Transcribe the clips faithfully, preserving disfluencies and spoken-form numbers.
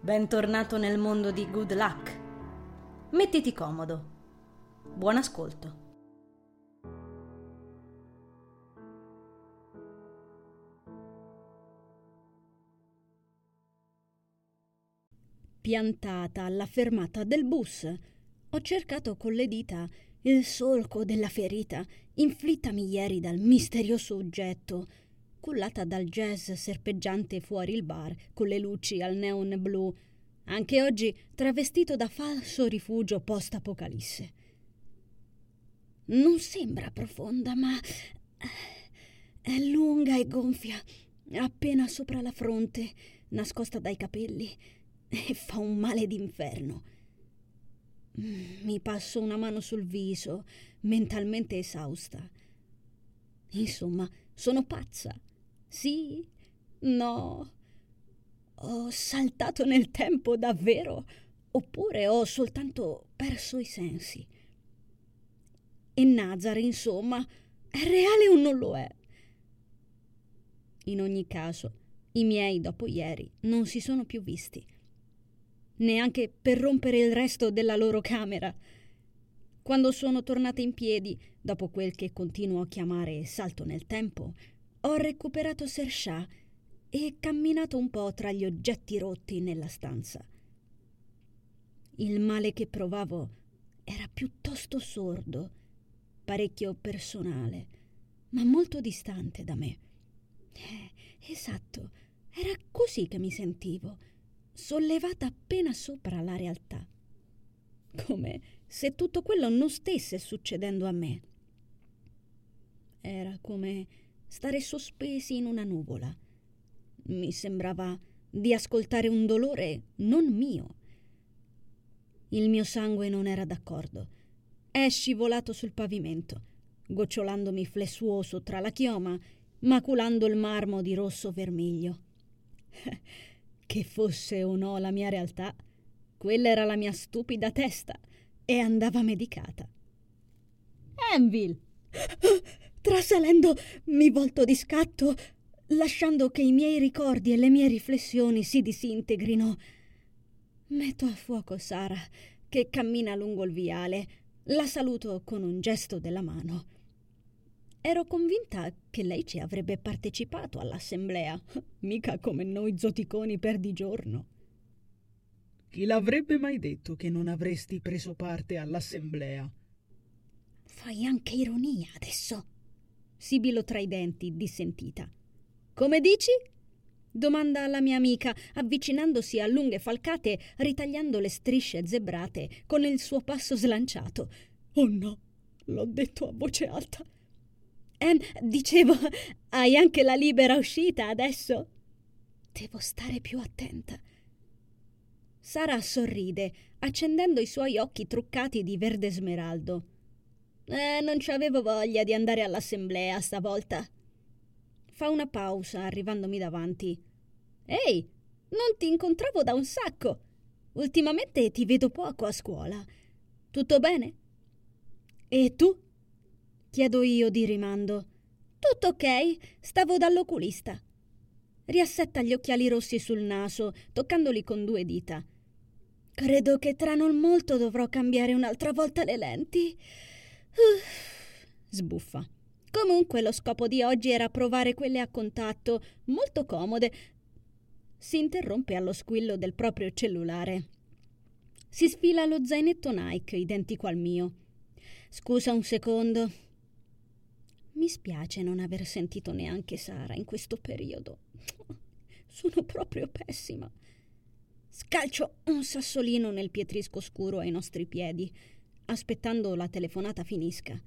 Bentornato nel mondo di Good Luck. Mettiti comodo. Buon ascolto. Piantata alla fermata del bus, ho cercato con le dita il solco della ferita inflittami ieri dal misterioso oggetto, cullata dal jazz serpeggiante fuori il bar con le luci al neon blu, anche oggi travestito da falso rifugio post-apocalisse. Non sembra profonda, ma è lunga e gonfia, appena sopra la fronte, nascosta dai capelli, e fa un male d'inferno. Mi passo una mano sul viso, mentalmente esausta. Insomma, sono pazza. Sì? No? Ho saltato nel tempo davvero? Oppure ho soltanto perso i sensi? E Nazar, insomma, è reale o non lo è? In ogni caso, i miei dopo ieri non si sono più visti. Neanche per rompere il resto della loro camera. Quando sono tornata in piedi, dopo quel che continuo a chiamare salto nel tempo, ho recuperato Sershah e camminato un po' tra gli oggetti rotti nella stanza. Il male che provavo era piuttosto sordo, parecchio personale, ma molto distante da me. Eh, esatto, era così che mi sentivo, sollevata appena sopra la realtà, come se tutto quello non stesse succedendo a me. Era come stare sospesi in una nuvola. Mi sembrava di ascoltare un dolore non mio. Il mio sangue non era d'accordo. È scivolato sul pavimento, gocciolandomi flessuoso tra la chioma, maculando il marmo di rosso vermiglio. Che fosse o no la mia realtà, quella era la mia stupida testa e andava medicata. Anvil! Trasalendo mi volto di scatto, lasciando che i miei ricordi e le mie riflessioni si disintegrino. Metto a fuoco Sara, che cammina lungo il viale. La saluto con un gesto della mano. Ero convinta che lei ci avrebbe partecipato all'assemblea, mica come noi zoticoni per di giorno. Chi l'avrebbe mai detto che non avresti preso parte all'assemblea? Fai anche ironia adesso, sibilo tra i denti, dissentita. Come dici? Domanda la mia amica, avvicinandosi a lunghe falcate, ritagliando le strisce zebrate con il suo passo slanciato. Oh no, l'ho detto a voce alta. Eh, dicevo, hai anche la libera uscita adesso? Devo stare più attenta. Sara sorride, accendendo i suoi occhi truccati di verde smeraldo. Eh, non ci avevo voglia di andare all'assemblea stavolta. Fa una pausa, arrivandomi davanti. Ehi, non ti incontravo da un sacco. Ultimamente ti vedo poco a scuola. Tutto bene? E tu? Chiedo io di rimando. Tutto ok, stavo dall'oculista. Riassetta gli occhiali rossi sul naso, toccandoli con due dita. Credo che tra non molto dovrò cambiare un'altra volta le lenti. Uff, sbuffa. Comunque lo scopo di oggi era provare quelle a contatto, molto comode. Si interrompe allo squillo del proprio cellulare. Si sfila lo zainetto Nike, identico al mio. Scusa un secondo. Mi spiace non aver sentito neanche Sara in questo periodo. Sono proprio pessima. Scalcio un sassolino nel pietrisco scuro ai nostri piedi, aspettando la telefonata finisca.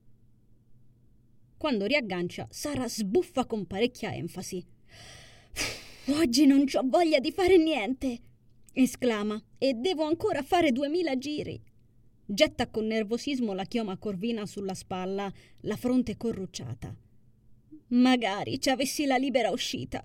Quando riaggancia, Sara sbuffa con parecchia enfasi. Oggi non c'ho voglia di fare niente, esclama, e devo ancora fare duemila giri. Getta con nervosismo la chioma corvina sulla spalla, la fronte corrucciata. Magari ci avessi la libera uscita.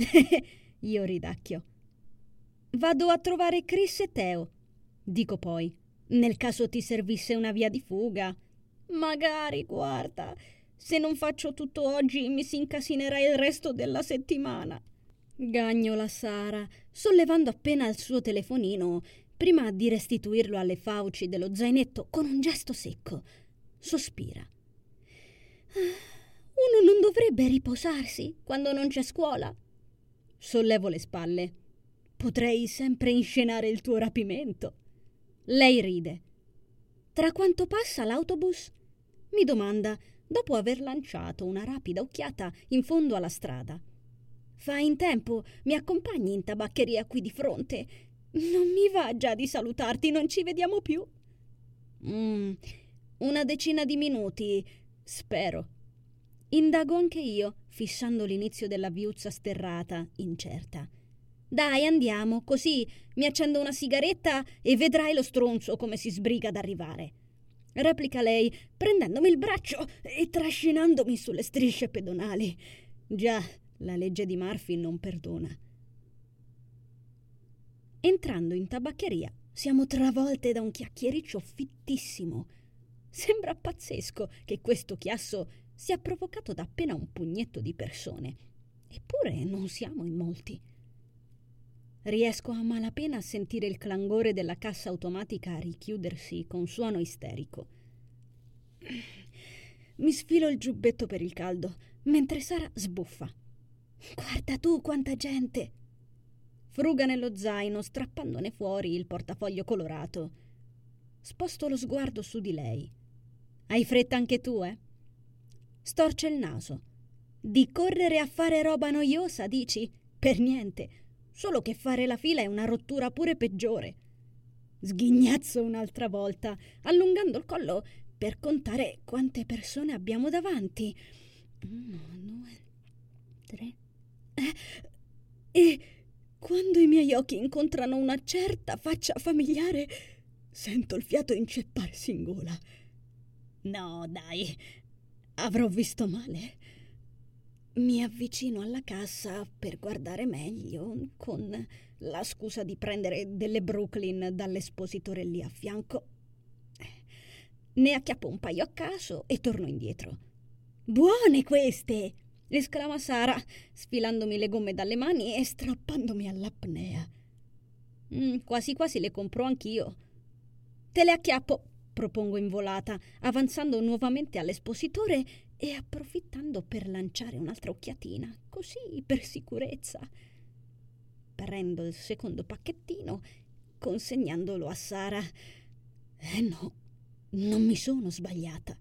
Io ridacchio. Vado a trovare Chris e Teo, dico poi, nel caso ti servisse una via di fuga. Magari, guarda, se non faccio tutto oggi mi si incasinerà il resto della settimana. Gagnola Sara, sollevando appena il suo telefonino, prima di restituirlo alle fauci dello zainetto con un gesto secco. Sospira. Uno non dovrebbe riposarsi quando non c'è scuola? Sollevo le spalle. Potrei sempre inscenare il tuo rapimento. Lei ride. Tra quanto passa l'autobus? Mi domanda, dopo aver lanciato una rapida occhiata in fondo alla strada. Fai in tempo, mi accompagni in tabaccheria qui di fronte. Non mi va già di salutarti, non ci vediamo più. Mm, una decina di minuti, spero. Indago anche io, fissando l'inizio della viuzza sterrata, incerta. Dai, andiamo, così mi accendo una sigaretta e vedrai lo stronzo come si sbriga ad arrivare. Replica lei, prendendomi il braccio e trascinandomi sulle strisce pedonali. Già, la legge di Murphy non perdona. Entrando in tabaccheria, siamo travolte da un chiacchiericcio fittissimo. Sembra pazzesco che questo chiasso sia provocato da appena un pugnetto di persone. Eppure non siamo in molti. Riesco a malapena a sentire il clangore della cassa automatica a richiudersi con suono isterico. Mi sfilo il giubbetto per il caldo, mentre Sara sbuffa. Guarda tu quanta gente! Fruga nello zaino, strappandone fuori il portafoglio colorato. Sposto lo sguardo su di lei. Hai fretta anche tu, eh? Storce il naso. Di correre a fare roba noiosa, dici? Per niente. Solo che fare la fila è una rottura pure peggiore. Sghignazzo un'altra volta, allungando il collo per contare quante persone abbiamo davanti. Uno, due, tre. Eh, e quando i miei occhi incontrano una certa faccia familiare, sento il fiato incepparsi in gola. No, dai, avrò visto male. Mi avvicino alla cassa per guardare meglio, con la scusa di prendere delle Brooklyn dall'espositore lì a fianco. Ne acchiappo un paio a caso e torno indietro. Buone queste! Esclama Sara, sfilandomi le gomme dalle mani e strappandomi all'apnea. Mm, quasi quasi le compro anch'io. Te le acchiappo, propongo in volata, avanzando nuovamente all'espositore e approfittando per lanciare un'altra occhiatina, così per sicurezza. Prendo il secondo pacchettino, consegnandolo a Sara. Eh no, non mi sono sbagliata.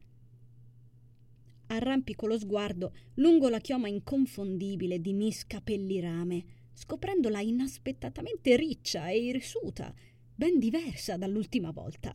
Arrampico lo sguardo lungo la chioma inconfondibile di Miss Capellirame, scoprendola inaspettatamente riccia e irsuta, ben diversa dall'ultima volta.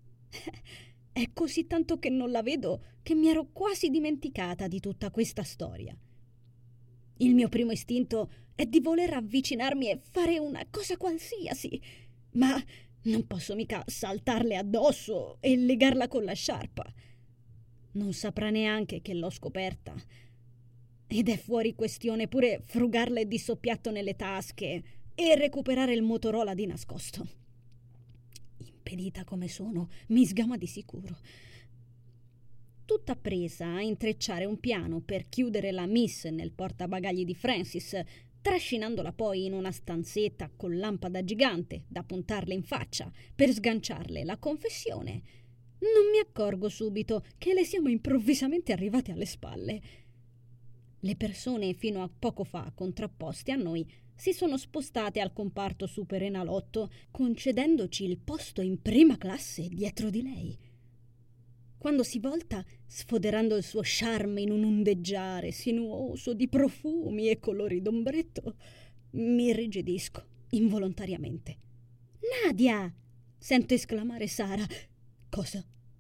È così tanto che non la vedo che mi ero quasi dimenticata di tutta questa storia. Il mio primo istinto è di voler avvicinarmi e fare una cosa qualsiasi, ma non posso mica saltarle addosso e legarla con la sciarpa. Non saprà neanche che l'ho scoperta. Ed è fuori questione pure frugarle di soppiatto nelle tasche e recuperare il Motorola di nascosto. Impedita come sono, mi sgama di sicuro. Tutta presa a intrecciare un piano per chiudere la Miss nel portabagagli di Francis, trascinandola poi in una stanzetta con lampada gigante da puntarle in faccia per sganciarle la confessione, non mi accorgo subito che le siamo improvvisamente arrivate alle spalle. Le persone fino a poco fa contrapposte a noi si sono spostate al comparto superenalotto, concedendoci il posto in prima classe dietro di lei. Quando si volta, sfoderando il suo charme in un ondeggiare sinuoso di profumi e colori d'ombretto, mi irrigidisco involontariamente. «Nadia!» sento esclamare Sara. «Cosa?»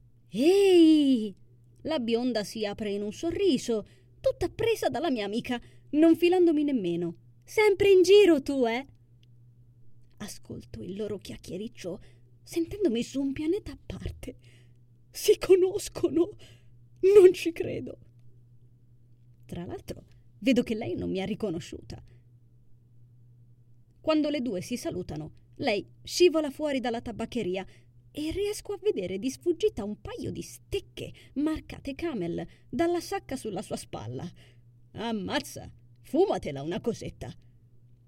«Ehi!» La bionda si apre in un sorriso, tutta presa dalla mia amica, non filandomi nemmeno. «Sempre in giro tu, eh?» Ascolto il loro chiacchiericcio, sentendomi su un pianeta a parte. Si conoscono? Non ci credo. Tra l'altro, vedo che lei non mi ha riconosciuta. Quando le due si salutano, lei scivola fuori dalla tabaccheria e riesco a vedere di sfuggita un paio di stecche marcate Camel dalla sacca sulla sua spalla. Ammazza, fumatela una cosetta.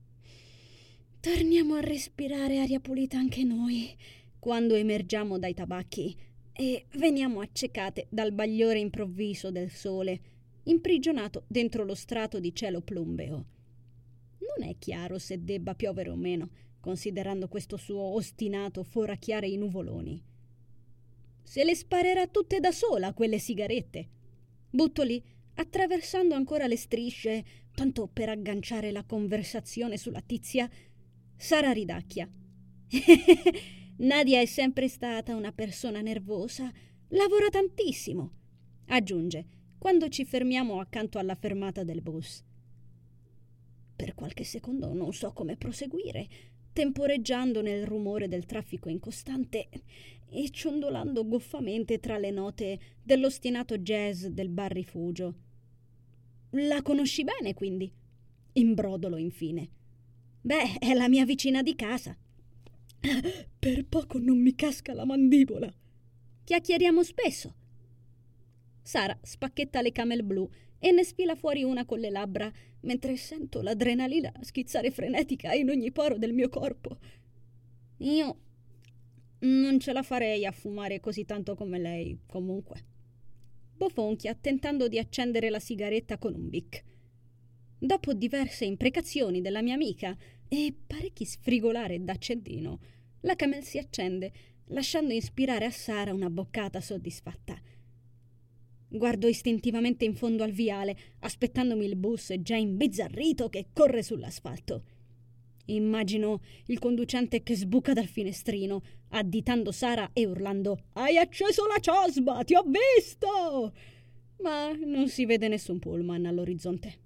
Torniamo a respirare aria pulita anche noi, quando emergiamo dai tabacchi e veniamo accecate dal bagliore improvviso del sole, imprigionato dentro lo strato di cielo plumbeo. Non è chiaro se debba piovere o meno, considerando questo suo ostinato foracchiare i nuvoloni. Se le sparerà tutte da sola quelle sigarette. Butto lì, attraversando ancora le strisce, tanto per agganciare la conversazione sulla tizia, Sara ridacchia. Nadia è sempre stata una persona nervosa, lavora tantissimo, aggiunge, quando ci fermiamo accanto alla fermata del bus. Per qualche secondo non so come proseguire, temporeggiando nel rumore del traffico incostante e ciondolando goffamente tra le note dell'ostinato jazz del bar Rifugio. La conosci bene, quindi? Imbrodolo infine. Beh, è la mia vicina di casa. Per poco non mi casca la mandibola. Chiacchieriamo spesso. Sara spacchetta le Camel blu e ne sfila fuori una con le labbra, mentre sento l'adrenalina schizzare frenetica in ogni poro del mio corpo. Io non ce la farei a fumare così tanto come lei, comunque. Bofonchia, tentando di accendere la sigaretta con un bic. Dopo diverse imprecazioni della mia amica e parecchi sfrigolare d'accendino, la Camel si accende, lasciando ispirare a Sara una boccata soddisfatta. Guardo istintivamente in fondo al viale, aspettandomi il bus già imbizzarrito che corre sull'asfalto. Immagino il conducente che sbuca dal finestrino, additando Sara e urlando «Hai acceso la ciasma! Ti ho visto!» Ma non si vede nessun pullman all'orizzonte.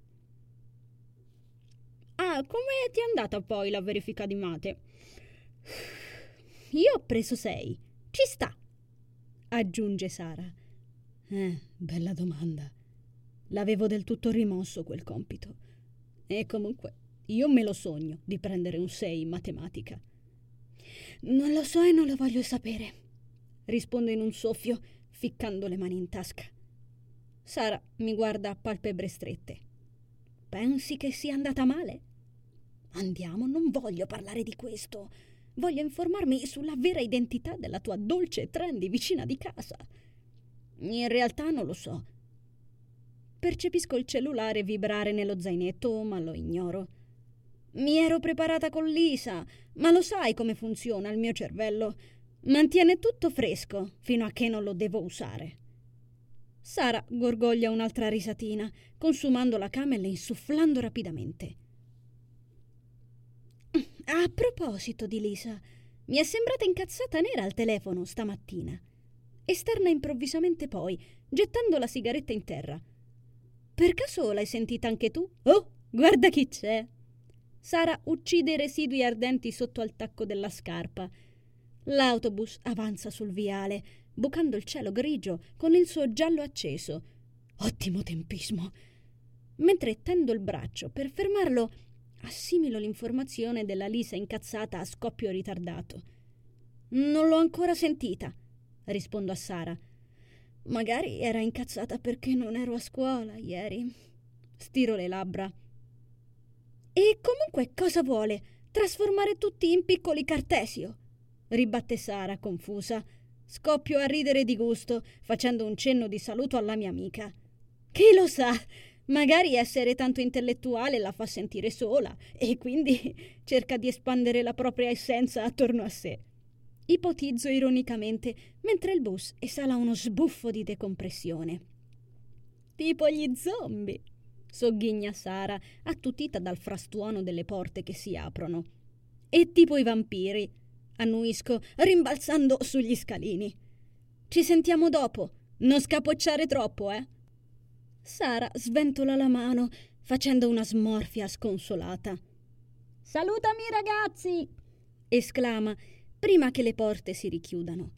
«Ah, come ti è andata poi la verifica di mate?» «Io ho preso sei. Ci sta!» aggiunge Sara. Eh, bella domanda. L'avevo del tutto rimosso quel compito. E comunque, io me lo sogno di prendere un sei in matematica. Non lo so e non lo voglio sapere, rispondo in un soffio, ficcando le mani in tasca. Sara mi guarda a palpebre strette. Pensi che sia andata male? Andiamo, non voglio parlare di questo. Voglio informarmi sulla vera identità della tua dolce e trendy vicina di casa. In realtà non lo so. Percepisco il cellulare vibrare nello zainetto, ma lo ignoro. Mi ero preparata con Lisa, ma lo sai come funziona il mio cervello? Mantiene tutto fresco fino a che non lo devo usare. Sara gorgoglia un'altra risatina, consumando la Camel e insufflando rapidamente. A proposito di Lisa, mi è sembrata incazzata nera al telefono stamattina. Esterna improvvisamente poi, gettando la sigaretta in terra. Per caso l'hai sentita anche tu? Oh, guarda chi c'è! Sara uccide i residui ardenti sotto al tacco della scarpa. L'autobus avanza sul viale, bucando il cielo grigio con il suo giallo acceso. Ottimo tempismo! Mentre tendo il braccio per fermarlo, assimilo l'informazione della Lisa incazzata a scoppio ritardato. Non l'ho ancora sentita, rispondo a Sara. Magari era incazzata perché non ero a scuola ieri. Stiro le labbra. E comunque cosa vuole? Trasformare tutti in piccoli Cartesio? Ribatte Sara, confusa. Scoppio a ridere di gusto, facendo un cenno di saluto alla mia amica. Chi lo sa? Magari essere tanto intellettuale la fa sentire sola e quindi cerca di espandere la propria essenza attorno a sé. Ipotizzo ironicamente, mentre il bus esala uno sbuffo di decompressione. Tipo gli zombie, sogghigna Sara, attutita dal frastuono delle porte che si aprono. E tipo i vampiri, annuisco, rimbalzando sugli scalini. Ci sentiamo dopo, non scapocciare troppo, eh? Sara sventola la mano, facendo una smorfia sconsolata. Salutami ragazzi! Esclama, prima che le porte si richiudano.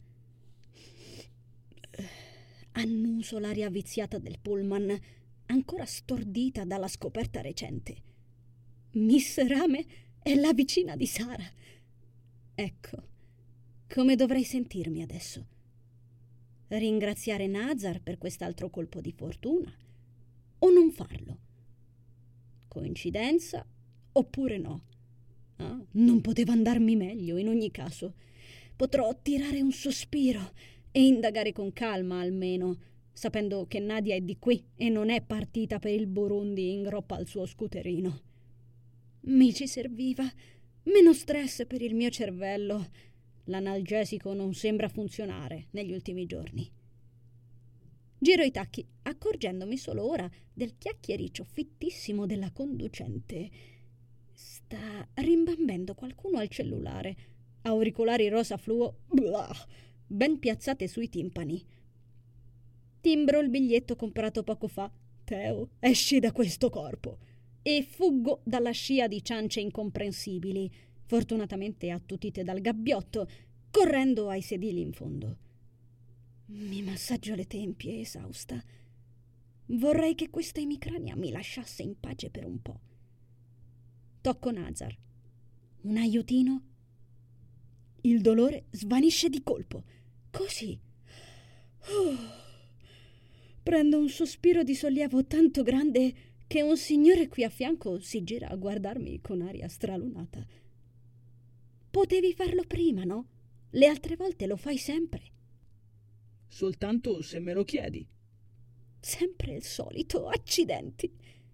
Annuso l'aria viziata del pullman, ancora stordita dalla scoperta recente. Miss Rame è la vicina di Sara. Ecco, come dovrei sentirmi adesso? Ringraziare Nazar per quest'altro colpo di fortuna? O non farlo? Coincidenza oppure no? Ah, non poteva andarmi meglio, in ogni caso. Potrò tirare un sospiro e indagare con calma, almeno, sapendo che Nadia è di qui e non è partita per il Burundi in groppa al suo scooterino. Mi ci serviva meno stress per il mio cervello. L'analgesico non sembra funzionare negli ultimi giorni. Giro i tacchi, accorgendomi solo ora del chiacchiericcio fittissimo della conducente. Sta rimbambendo qualcuno al cellulare, auricolari rosa fluo, blah, ben piazzate sui timpani. Timbro il biglietto comprato poco fa. Teo, esci da questo corpo. E fuggo dalla scia di ciance incomprensibili, fortunatamente attutite dal gabbiotto, correndo ai sedili in fondo. Mi massaggio le tempie, esausta. Vorrei che questa emicrania mi lasciasse in pace per un po'. Tocco Nazar. Un aiutino? Il dolore svanisce di colpo. Così. Oh. Prendo un sospiro di sollievo tanto grande che un signore qui a fianco si gira a guardarmi con aria stralunata. Potevi farlo prima, no? Le altre volte lo fai sempre. Soltanto se me lo chiedi. Sempre il solito, accidenti.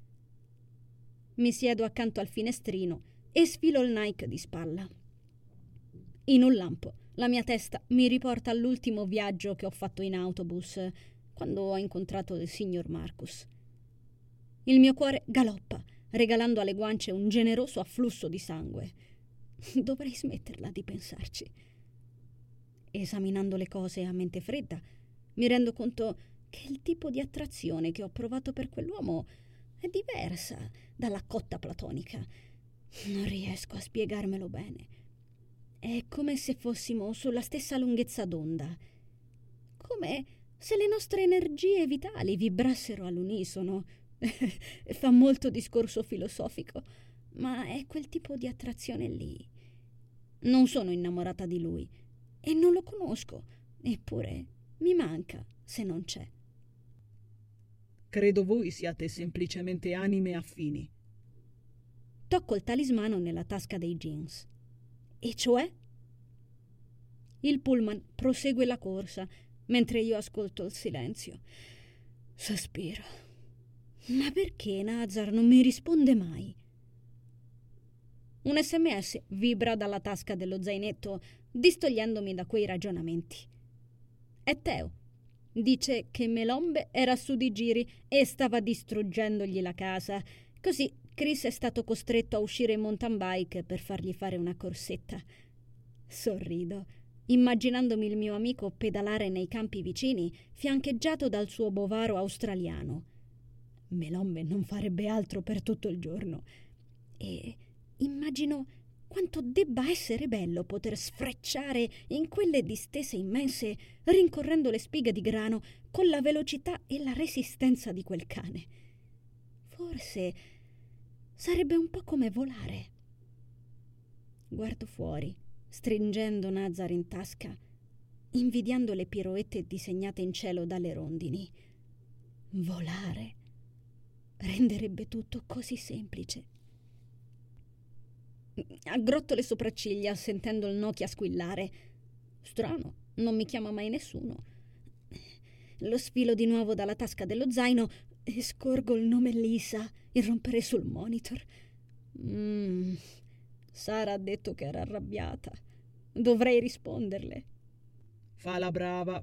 Mi siedo accanto al finestrino e sfilo il Nike di spalla. In un lampo la mia testa mi riporta all'ultimo viaggio che ho fatto in autobus, quando ho incontrato il signor Marcus. Il mio cuore galoppa, regalando alle guance un generoso afflusso di sangue. Dovrei smetterla di pensarci. Esaminando le cose a mente fredda, mi rendo conto che il tipo di attrazione che ho provato per quell'uomo è diversa dalla cotta platonica. Non riesco a spiegarmelo bene. È come se fossimo sulla stessa lunghezza d'onda. Come se le nostre energie vitali vibrassero all'unisono. Fa molto discorso filosofico, ma è quel tipo di attrazione lì. Non sono innamorata di lui e non lo conosco, eppure mi manca se non c'è. Credo voi siate semplicemente anime affini. Tocco il talismano nella tasca dei jeans. E cioè? Il pullman prosegue la corsa, mentre io ascolto il silenzio. Sospiro. Ma perché Nazar non mi risponde mai? Un sms vibra dalla tasca dello zainetto, distogliendomi da quei ragionamenti. È Teo. Dice che Melombe era su di giri e stava distruggendogli la casa. Così Chris è stato costretto a uscire in mountain bike per fargli fare una corsetta. Sorrido, immaginandomi il mio amico pedalare nei campi vicini, fiancheggiato dal suo bovaro australiano. Melombe non farebbe altro per tutto il giorno. E immagino quanto debba essere bello poter sfrecciare in quelle distese immense, rincorrendo le spighe di grano con la velocità e la resistenza di quel cane. Forse sarebbe un po' come volare. Guardo fuori, stringendo Nazar in tasca, invidiando le piroette disegnate in cielo dalle rondini. Volare renderebbe tutto così semplice. Aggrotto le sopracciglia sentendo il Nokia squillare. Strano, non mi chiama mai nessuno. Lo sfilo di nuovo dalla tasca dello zaino e scorgo il nome Lisa irrompere sul monitor. Mm, Sara ha detto che era arrabbiata. Dovrei risponderle. Fa la brava.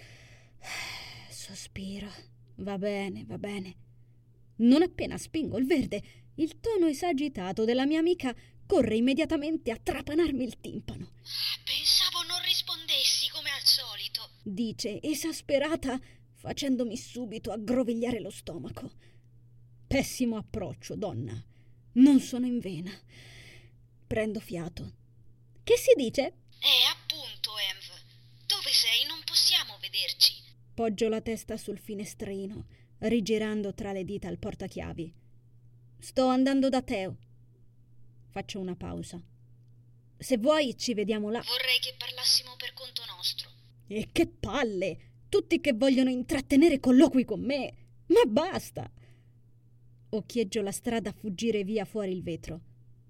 Sospiro. Va bene, va bene. Non appena spingo il verde, il tono esagitato della mia amica corre immediatamente a trapanarmi il timpano. Pensavo non rispondessi come al solito, dice esasperata, facendomi subito aggrovigliare lo stomaco. Pessimo approccio, donna. Non sono in vena. Prendo fiato. Che si dice? Eh, appunto, Env. Dove sei? Non possiamo vederci. Poggio la testa sul finestrino, rigirando tra le dita il portachiavi. Sto andando da Teo. Faccio una pausa. Se vuoi ci vediamo là. Vorrei che parlassimo per conto nostro. E che palle! Tutti che vogliono intrattenere colloqui con me. Ma basta! Occhieggio la strada a fuggire via fuori il vetro.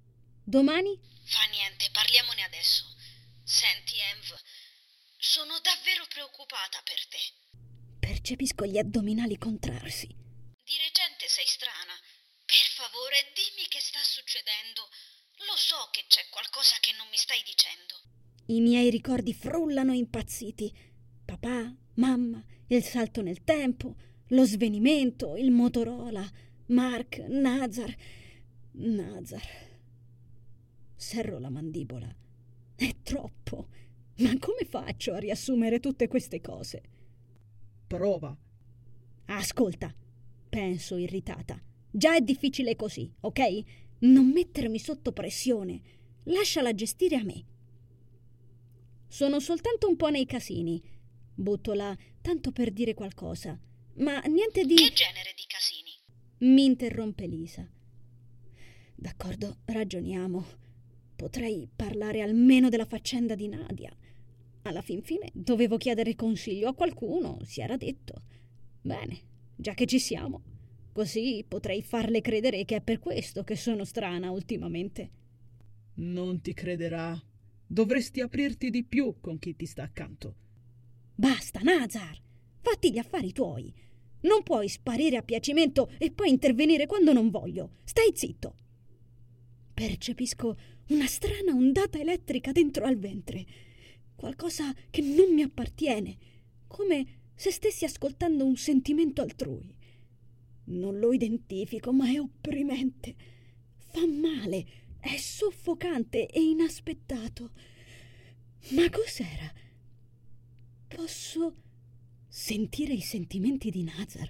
Domani? Fa niente, parliamone adesso. Senti, Env, sono davvero preoccupata per te. Percepisco gli addominali contrarsi. Di recente sei strana. Per favore, dimmi che sta succedendo. Lo so che c'è qualcosa che non mi stai dicendo. I miei ricordi frullano impazziti. Papà, mamma, il salto nel tempo, lo svenimento, il Motorola, Mark, Nazar. Nazar. Serro la mandibola. È troppo. Ma come faccio a riassumere tutte queste cose? Prova. Ascolta, penso irritata. Già è difficile così, ok? Non mettermi sotto pressione. Lasciala gestire a me. Sono soltanto un po' nei casini. Butto là, tanto per dire qualcosa. Ma niente di... Che genere di casini? Mi interrompe Lisa. D'accordo, ragioniamo. Potrei parlare almeno della faccenda di Nadia. Alla fin fine dovevo chiedere consiglio a qualcuno, si era detto. Bene, già che ci siamo, così potrei farle credere che è per questo che sono strana ultimamente. Non ti crederà. Dovresti aprirti di più con chi ti sta accanto. Basta, Nazar! Fatti gli affari tuoi. Non puoi sparire a piacimento e poi intervenire quando non voglio. Stai zitto. Percepisco una strana ondata elettrica dentro al ventre. Qualcosa che non mi appartiene, come se stessi ascoltando un sentimento altrui. Non lo identifico, ma è opprimente. Fa male, è soffocante e inaspettato. Ma cos'era? Posso sentire i sentimenti di Nazar?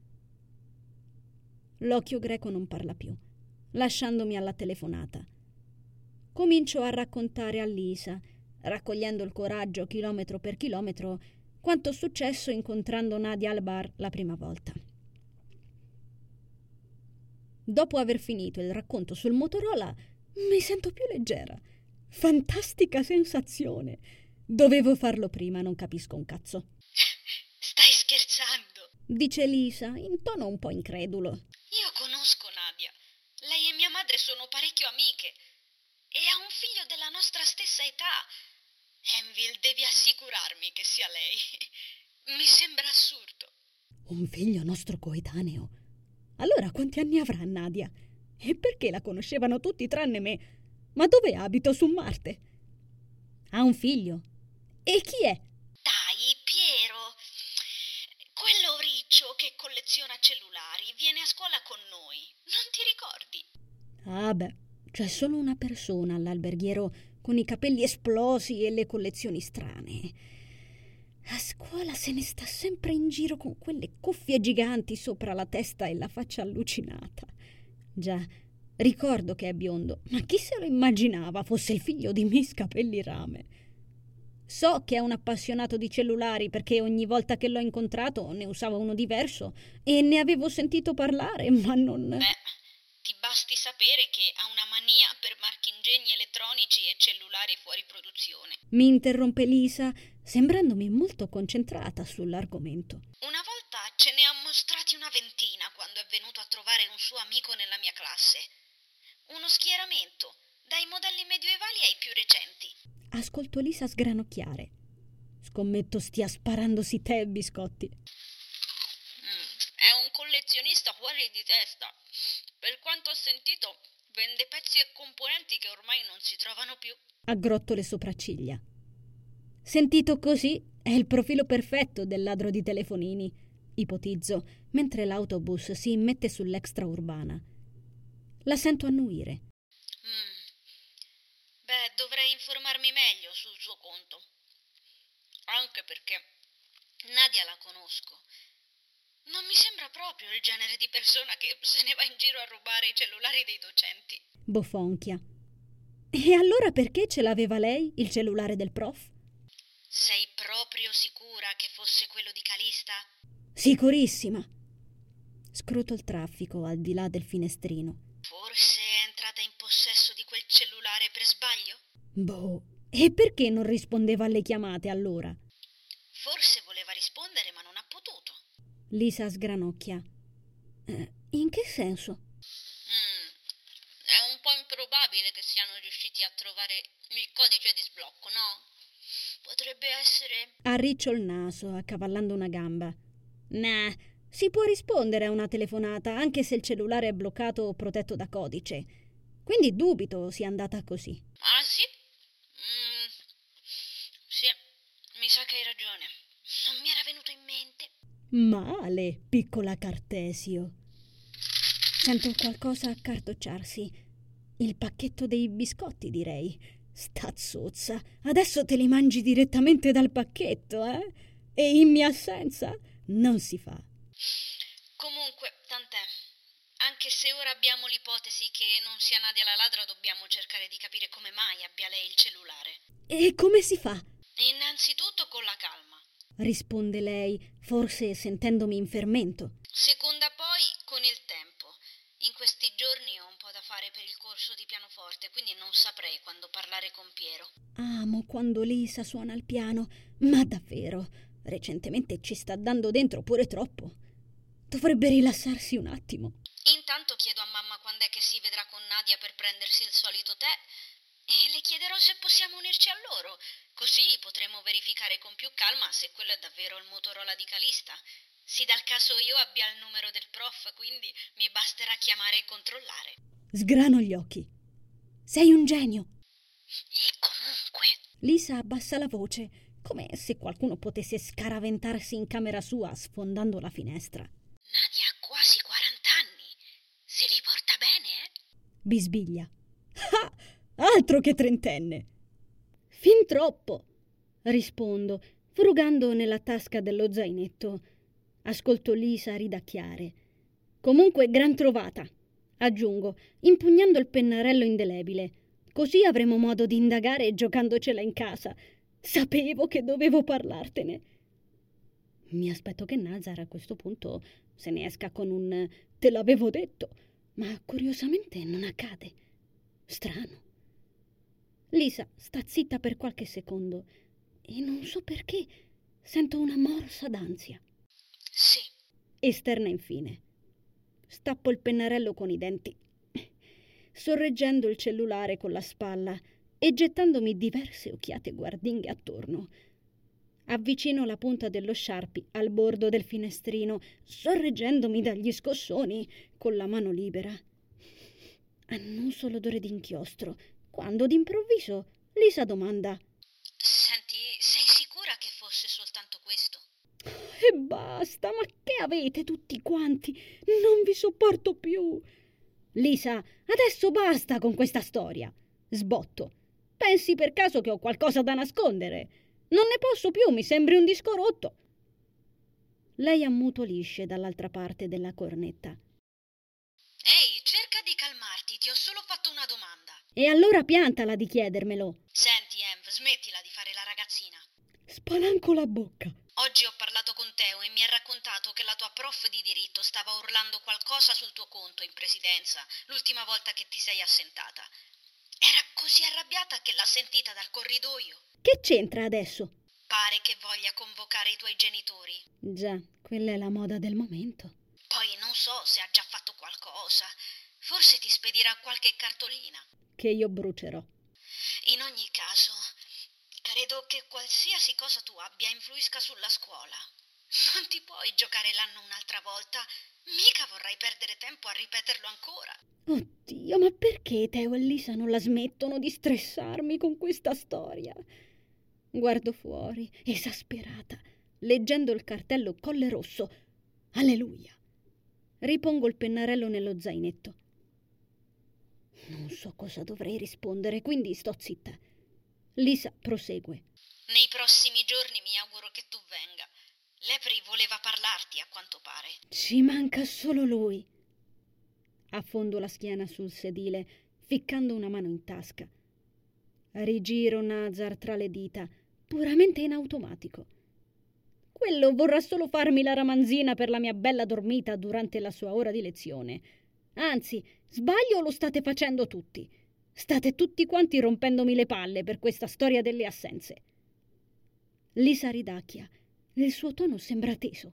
L'occhio greco non parla più, lasciandomi alla telefonata. Comincio a raccontare a Lisa, raccogliendo il coraggio chilometro per chilometro, quanto successo incontrando Nadia al bar la prima volta. Dopo aver finito il racconto sul Motorola, mi sento più leggera. Fantastica sensazione. Dovevo farlo prima, non capisco un cazzo. Stai scherzando? Dice Lisa, in tono un po' incredulo. Io conosco Nadia. Lei e mia madre sono parecchio amiche. E ha un figlio della nostra stessa età. Envil, devi assicurarmi che sia lei. Mi sembra assurdo. Un figlio nostro coetaneo? Allora quanti anni avrà Nadia? E perché la conoscevano tutti tranne me? Ma dove abito su Marte? Ha un figlio? E chi è? Dai, Piero. Quello riccio che colleziona cellulari viene a scuola con noi. Non ti ricordi? Ah beh, c'è solo una persona all'alberghiero con i capelli esplosi e le collezioni strane. A scuola se ne sta sempre in giro con quelle cuffie giganti sopra la testa e la faccia allucinata. Già, ricordo che è biondo, ma chi se lo immaginava fosse il figlio di Miss Capelli Rame? So che è un appassionato di cellulari perché ogni volta che l'ho incontrato ne usava uno diverso e ne avevo sentito parlare, ma non... Beh, ti basti sapere che ha una mania per marchingegni elettronici e cellulari fuori produzione. Mi interrompe Lisa, sembrandomi molto concentrata sull'argomento. Una volta ce ne ha mostrati una ventina quando è venuto a trovare un suo amico nella mia classe. Uno schieramento, dai modelli medievali ai più recenti. Ascolto Lisa sgranocchiare. Scommetto stia sparandosi tè e biscotti. Mm, è un collezionista fuori di testa. Per quanto ho sentito, vende pezzi e componenti che ormai non si trovano più. Aggrotto le sopracciglia. Sentito così, è il profilo perfetto del ladro di telefonini, ipotizzo, mentre l'autobus si immette sull'extraurbana. La sento annuire. Mm. Beh, dovrei informarmi meglio sul suo conto. Anche perché Nadia la conosco. Non mi sembra proprio il genere di persona che se ne va in giro a rubare i cellulari dei docenti. Bofonchia. E allora perché ce l'aveva lei, il cellulare del prof? Sei proprio sicura che fosse quello di Calista? Sicurissima. Scruto il traffico al di là del finestrino. Forse è entrata in possesso di quel cellulare per sbaglio? Boh, e perché non rispondeva alle chiamate allora? Forse voleva rispondere ma non ha potuto. Lisa sgranocchia. Eh, in che senso? Mm, è un po' improbabile che sia trovare il codice di sblocco, no? Potrebbe essere... Arriccio il naso, accavallando una gamba. Nah, si può rispondere a una telefonata anche se il cellulare è bloccato o protetto da codice. Quindi dubito sia andata così. Ah, sì? Mm, sì, mi sa che hai ragione. Non mi era venuto in mente. Male, piccola Cartesio. Sento qualcosa accartocciarsi. Il pacchetto dei biscotti, direi. Sta zozza. Adesso te li mangi direttamente dal pacchetto, eh? E in mia assenza non si fa. Comunque, tant'è. Anche se ora abbiamo l'ipotesi che non sia Nadia la ladra, dobbiamo cercare di capire come mai abbia lei il cellulare. E come si fa? Innanzitutto con la calma. Risponde lei, forse sentendomi in fermento. Seconda poi con il tempo. In questi giorni ho un po' da fare per il corso di pianoforte, quindi non saprei quando parlare con Piero. Amo quando Lisa suona il piano, ma davvero, recentemente ci sta dando dentro pure troppo. Dovrebbe rilassarsi un attimo. Intanto chiedo a mamma quando è che si vedrà con Nadia per prendersi il solito tè e le chiederò se possiamo unirci a loro, così potremo verificare con più calma se quello è davvero il Motorola di Calista. Si dà il caso io abbia il numero del prof, quindi mi basterà chiamare e controllare. Sgrano gli occhi. Sei un genio. E comunque... Lisa abbassa la voce, come se qualcuno potesse scaraventarsi in camera sua sfondando la finestra. Nadia ha quasi quarant'anni. Se li porta bene, eh? Bisbiglia. Ah, altro che trentenne. Fin troppo, rispondo, frugando nella tasca dello zainetto. Ascolto Lisa ridacchiare. Comunque gran trovata, aggiungo, impugnando il pennarello indelebile. Così avremo modo di indagare giocandocela in casa. Sapevo che dovevo parlartene. Mi aspetto che Nazar a questo punto se ne esca con un te l'avevo detto, ma curiosamente non accade. Strano. Lisa sta zitta per qualche secondo e non so perché sento una morsa d'ansia. Sì. Esterna infine. Stappo il pennarello con i denti, sorreggendo il cellulare con la spalla e gettandomi diverse occhiate guardinghe attorno. Avvicino la punta dello Sharpie al bordo del finestrino, sorreggendomi dagli scossoni con la mano libera. Annuso l'odore d'inchiostro, quando d'improvviso Lisa domanda: Senti, sei sicura che fosse soltanto questo? E basta, ma che avete tutti quanti? Non vi sopporto più. Lisa, adesso basta con questa storia. Sbotto. Pensi per caso che ho qualcosa da nascondere? Non ne posso più, mi sembri un disco rotto. Lei ammutolisce dall'altra parte della cornetta. Ehi, cerca di calmarti, ti ho solo fatto una domanda. E allora piantala di chiedermelo. Senti, Env, smettila di fare la ragazzina. Spalanco la bocca. Oggi ho parlato con Teo e mi ha raccontato che la tua prof di diritto stava urlando qualcosa sul tuo conto in presidenza l'ultima volta che ti sei assentata. Era così arrabbiata che l'ha sentita dal corridoio. Che c'entra adesso? Pare che voglia convocare i tuoi genitori. Già, quella è la moda del momento. Poi non so se ha già fatto qualcosa. Forse ti spedirà qualche cartolina. Che io brucerò. In ogni caso, credo che qualsiasi cosa tu abbia influisca sulla scuola. Non ti puoi giocare l'anno un'altra volta. Mica vorrai perdere tempo a ripeterlo ancora. Oddio, ma perché Teo e Lisa non la smettono di stressarmi con questa storia? Guardo fuori, esasperata, leggendo il cartello Colle Rosso. Alleluia! Ripongo il pennarello nello zainetto. Non so cosa dovrei rispondere, quindi sto zitta. Lisa prosegue. Nei prossimi giorni mi auguro che tu venga. Lepri voleva parlarti, a quanto pare. Ci manca solo lui. Affondo la schiena sul sedile, ficcando una mano in tasca. Rigiro Nazar tra le dita, puramente in automatico. Quello vorrà solo farmi la ramanzina per la mia bella dormita durante la sua ora di lezione. Anzi, sbaglio o lo state facendo tutti? State tutti quanti rompendomi le palle per questa storia delle assenze. Lisa ridacchia. Il suo tono sembra teso.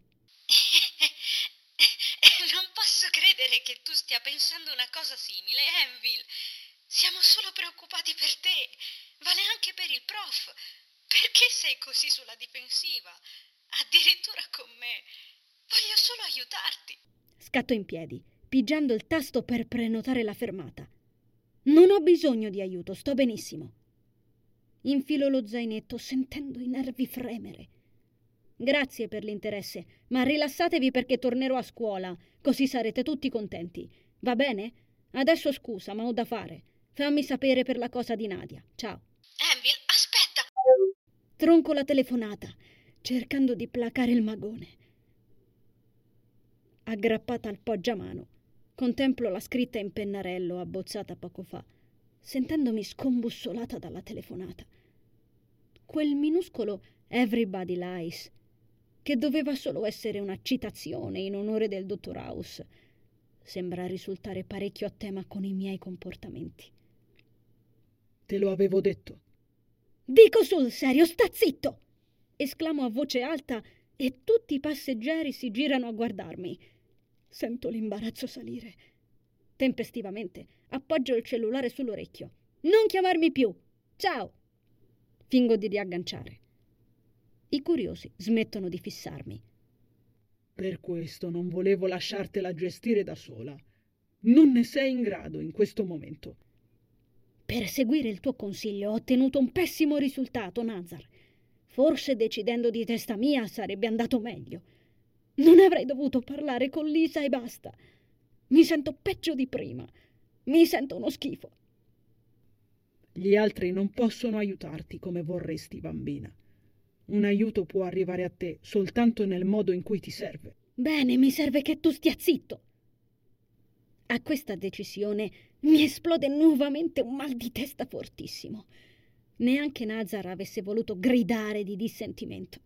Non posso credere che tu stia pensando una cosa simile, Envil. Siamo solo preoccupati per te. Vale anche per il prof. Perché sei così sulla difensiva? Addirittura con me. Voglio solo aiutarti. Scatto in piedi, pigiando il tasto per prenotare la fermata. Non ho bisogno di aiuto, sto benissimo. Infilo lo zainetto sentendo i nervi fremere. Grazie per l'interesse, ma rilassatevi perché tornerò a scuola, così sarete tutti contenti. Va bene? Adesso scusa, ma ho da fare. Fammi sapere per la cosa di Nadia. Ciao. Anvil, aspetta. Tronco la telefonata, cercando di placare il magone. Aggrappata al poggiamano, contemplo la scritta in pennarello abbozzata poco fa, sentendomi scombussolata dalla telefonata. Quel minuscolo Everybody Lies, che doveva solo essere una citazione in onore del dottor House, sembra risultare parecchio a tema con i miei comportamenti. Te lo avevo detto. Dico sul serio, sta zitto! Esclamo a voce alta e tutti i passeggeri si girano a guardarmi. Sento l'imbarazzo salire. Tempestivamente appoggio il cellulare sull'orecchio. Non chiamarmi più! Ciao! Fingo di riagganciare. I curiosi smettono di fissarmi. Per questo non volevo lasciartela gestire da sola. Non ne sei in grado in questo momento. Per seguire il tuo consiglio ho ottenuto un pessimo risultato, Nazar. Forse decidendo di testa mia sarebbe andato meglio. Non avrei dovuto parlare con Lisa e basta. Mi sento peggio di prima. Mi sento uno schifo. Gli altri non possono aiutarti come vorresti, bambina. Un aiuto può arrivare a te soltanto nel modo in cui ti serve. Bene, mi serve che tu stia zitto. A questa decisione mi esplode nuovamente un mal di testa fortissimo. Neanche Nazar avesse voluto gridare di dissentimento.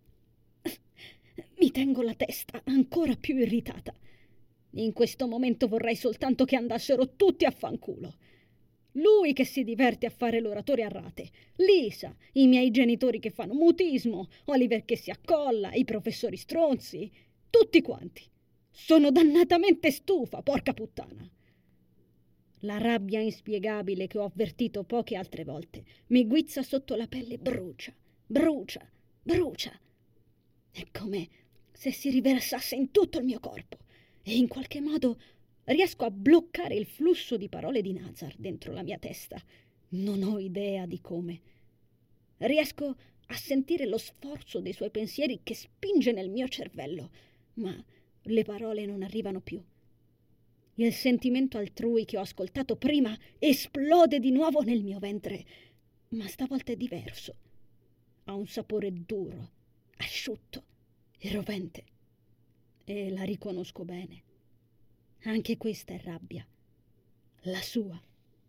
Mi tengo la testa ancora più irritata. In questo momento vorrei soltanto che andassero tutti a fanculo. Lui che si diverte a fare l'oratore a rate, Lisa, i miei genitori che fanno mutismo, Oliver che si accolla, i professori stronzi, tutti quanti. Sono dannatamente stufa, porca puttana. La rabbia inspiegabile che ho avvertito poche altre volte mi guizza sotto la pelle, brucia, brucia, brucia. È come se si riversasse in tutto il mio corpo e in qualche modo riesco a bloccare il flusso di parole di Nazar dentro la mia testa. Non ho idea di come. Riesco a sentire lo sforzo dei suoi pensieri che spinge nel mio cervello, ma le parole non arrivano più. Il sentimento altrui che ho ascoltato prima esplode di nuovo nel mio ventre, ma stavolta è diverso. Ha un sapore duro, asciutto e rovente. E la riconosco bene. Anche questa è rabbia, la sua.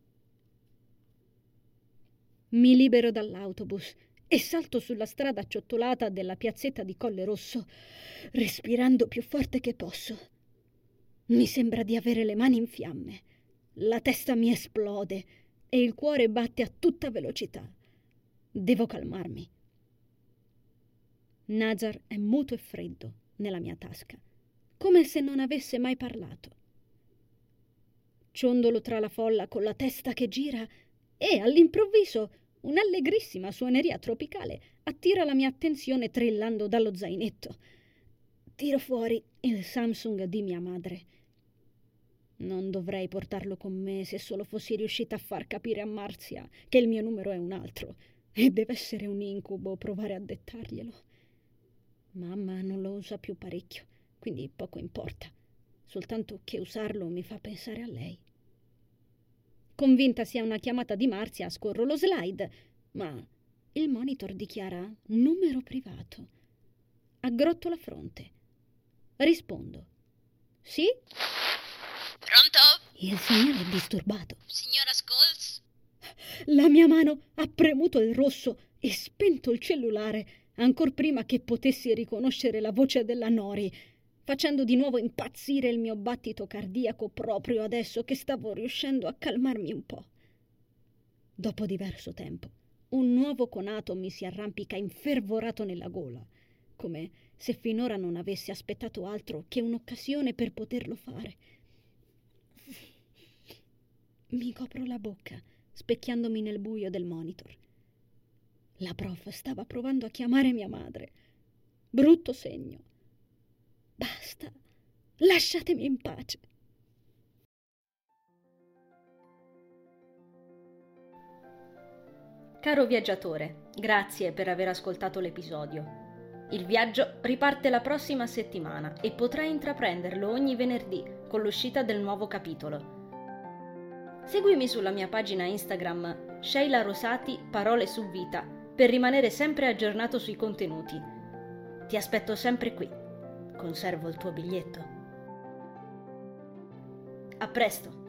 Mi libero dall'autobus e salto sulla strada acciottolata della piazzetta di Colle Rosso, respirando più forte che posso. Mi sembra di avere le mani in fiamme, la testa mi esplode e il cuore batte a tutta velocità. Devo calmarmi. Nazar è muto e freddo nella mia tasca, come se non avesse mai parlato. Ciondolo tra la folla con la testa che gira e all'improvviso un'allegrissima suoneria tropicale attira la mia attenzione trillando dallo zainetto. Tiro fuori il Samsung di mia madre. Non dovrei portarlo con me se solo fossi riuscita a far capire a Marzia che il mio numero è un altro e deve essere un incubo provare a dettarglielo. Mamma non lo usa più parecchio, quindi poco importa. Soltanto che usarlo mi fa pensare a lei. Convinta sia una chiamata di Marzia, scorro lo slide, ma il monitor dichiara numero privato. Aggrotto la fronte. Rispondo. Sì? Pronto? Il segnale è disturbato. Signora Scholes? La mia mano ha premuto il rosso e spento il cellulare, ancor prima che potessi riconoscere la voce della Nori, facendo di nuovo impazzire il mio battito cardiaco proprio adesso che stavo riuscendo a calmarmi un po'. Dopo diverso tempo, un nuovo conato mi si arrampica infervorato nella gola, come se finora non avessi aspettato altro che un'occasione per poterlo fare. Mi copro la bocca, specchiandomi nel buio del monitor. La prof stava provando a chiamare mia madre. Brutto segno. Basta, lasciatemi in pace. Caro viaggiatore, grazie per aver ascoltato l'episodio. Il viaggio riparte la prossima settimana e potrai intraprenderlo ogni venerdì con l'uscita del nuovo capitolo. Seguimi sulla mia pagina Instagram Sheila Rosati Parole su Vita per rimanere sempre aggiornato sui contenuti. Ti aspetto sempre qui. Conservo il tuo biglietto. A presto!